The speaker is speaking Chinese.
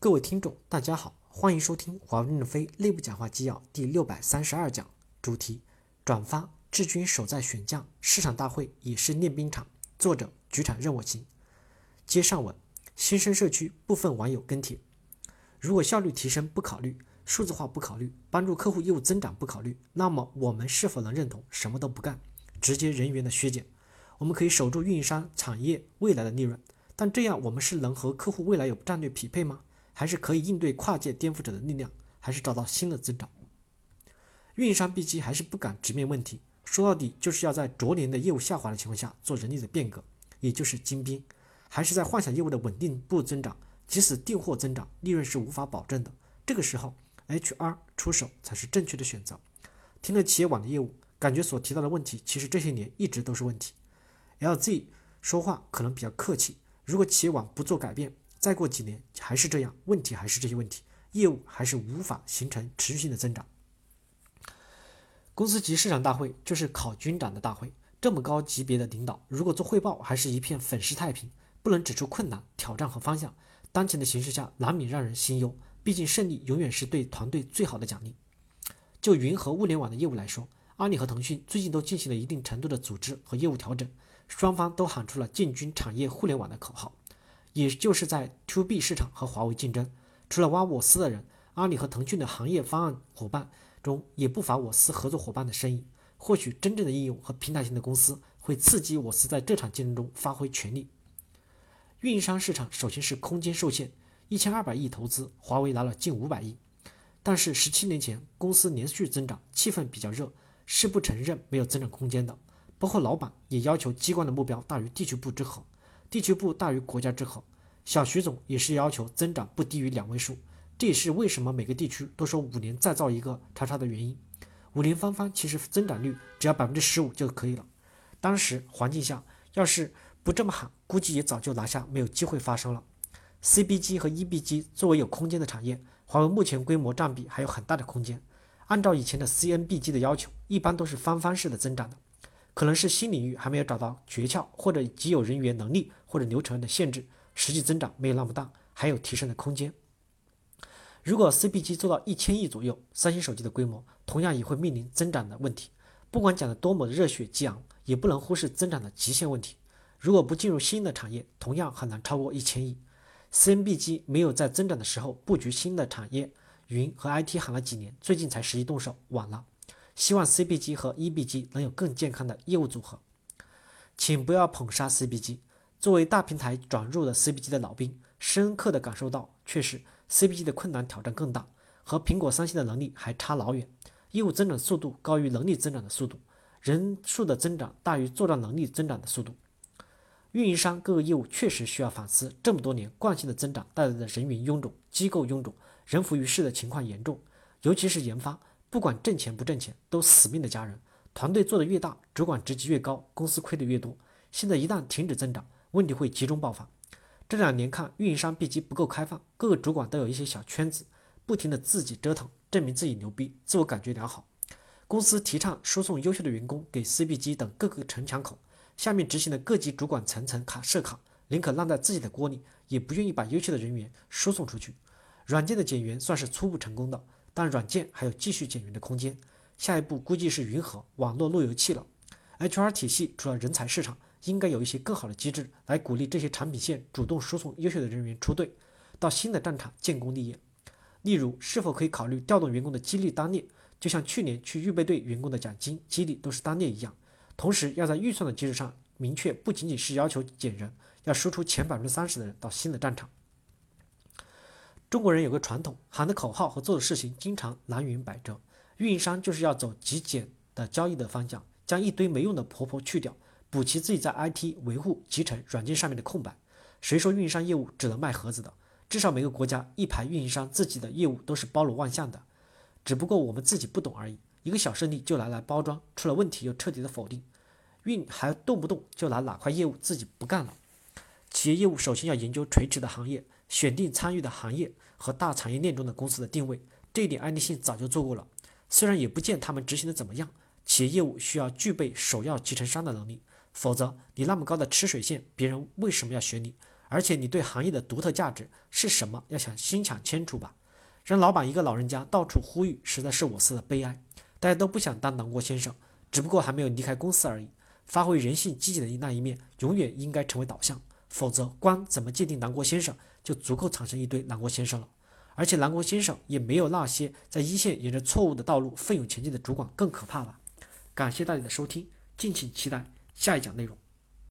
各位听众，大家好，欢迎收听华为任正非内部讲话纪要第632讲，主题：转发志军守在选将，市场大会也是练兵场。作者：局长任我行。接上文，新生社区部分网友跟帖：如果效率提升不考虑，数字化不考虑，帮助客户业务增长不考虑，那么我们是否能认同什么都不干，直接人员的削减？我们可以守住运营商产业未来的利润，但这样我们是能和客户未来有战略匹配吗？还是可以应对跨界颠覆者的力量，还是找到新的增长？运营商 B 机还是不敢直面问题，说到底就是要在着年的业务下滑的情况下做人力的变革，也就是精兵，还是在幻想业务的稳定不增长，即使订货增长，利润是无法保证的。这个时候 HR 出手才是正确的选择。听了企业网的业务，感觉所提到的问题其实这些年一直都是问题。LZ 说话可能比较客气，如果企业网不做改变，再过几年还是这样，问题还是这些问题，业务还是无法形成持续性的增长。公司级市场大会就是考军长的大会，这么高级别的领导，如果做汇报还是一片粉饰太平，不能指出困难、挑战和方向，当前的形势下难免让人心忧。毕竟胜利永远是对团队最好的奖励。就云和物联网的业务来说，阿里和腾讯最近都进行了一定程度的组织和业务调整，双方都喊出了进军产业互联网的口号。也就是在 To B 市场和华为竞争，除了挖我司的人，阿里和腾讯的行业方案伙伴中也不乏我司合作伙伴的身影。或许真正的应用和平台型的公司会刺激我司在这场竞争中发挥全力。运营商市场首先是空间受限，1200亿投资，华为拿了近500亿，但是17年前公司连续增长，气氛比较热，是不承认没有增长空间的。包括老板也要求机关的目标大于地区部之和，地区部大于国家之和。小徐总也是要求增长不低于2位数，这也是为什么每个地区都说5年再造一个叉叉的原因。5年方方其实增长率只要15%就可以了。当时环境下要是不这么喊，估计也早就拿下，没有机会发生了。CB 机和 EB 机作为有空间的产业，华为目前规模占比还有很大的空间。按照以前的 CNB 机的要求，一般都是方方式的增长的，可能是新领域还没有找到诀窍，或者既有人员能力或者流程的限制，实际增长没有那么大，还有提升的空间。如果 CB 机做到1000亿左右，三星手机的规模同样也会面临增长的问题。不管讲的多么的热血激昂，也不能忽视增长的极限问题。如果不进入新的产业，同样很难超过1000亿。CNB 机没有在增长的时候布局新的产业，云和 IT 喊了几年，最近才实际动手，晚了。希望 CB 机和 EB 机能有更健康的业务组合。请不要捧杀 CB 机，作为大平台转入的 CB 机的老兵，深刻地感受到，确实 CB 机的困难挑战更大，和苹果、三星的能力还差老远。业务增长速度高于能力增长的速度，人数的增长大于作战能力增长的速度。运营商各个业务确实需要反思，这么多年惯性的增长带来的人员臃肿、机构臃肿、人浮于事的情况严重，尤其是研发，不管挣钱不挣钱，都死命的加人。团队做得越大，主管职级越高，公司亏得越多。现在一旦停止增长，问题会集中爆发。这2年看，运营商 B 机不够开放，各个主管都有一些小圈子，不停的自己折腾，证明自己牛逼，自我感觉良好。公司提倡输送优秀的员工给 CB 机等各个城墙口，下面执行的各级主管层层设卡，宁可烂在自己的锅里，也不愿意把优秀的人员输送出去。软件的减员算是初步成功的，但软件还有继续减员的空间。下一步估计是云和网络路由器了。HR 体系除了人才市场，应该有一些更好的机制来鼓励这些产品线主动输送优秀的人员出队，到新的战场建功立业。例如，是否可以考虑调动员工的激励单列，就像去年去预备队员工的奖金激励都是单列一样。同时要在预算的基础上明确，不仅仅是要求减人，要输出前30%的人到新的战场。中国人有个传统，喊的口号和做的事情经常南辕北辙。运营商就是要走极简的交易的方向，将一堆没用的婆婆去掉，补齐自己在 IT 维护、集成、软件上面的空白。谁说运营商业务只能卖盒子的？至少每个国家一排运营商自己的业务都是包罗万象的，只不过我们自己不懂而已。一个小胜利就拿来包装，出了问题又彻底的否定。运还动不动就拿哪块业务自己不干了。企业业务首先要研究垂直的行业，选定参与的行业和大产业链中的公司的定位，这一点爱立信早就做过了，虽然也不见他们执行的怎么样。企业业务需要具备首要集成商的能力，否则你那么高的吃水线，别人为什么要选你？ 而且你对行业的独特价值是什么，要心想清楚吧。让老板一个老人家到处呼吁，实在是我司的悲哀。大家都不想当南郭先生，只不过还没有离开公司而已。发挥人性积极的那一面，永远应该成为导向，否则光怎么界定南郭先生，就足够产生一堆南郭先生了。而且南郭先生也没有那些在一线沿着错误的道路奋勇前进的主管更可怕吧。感谢大家的收听，敬请期待下一讲内容。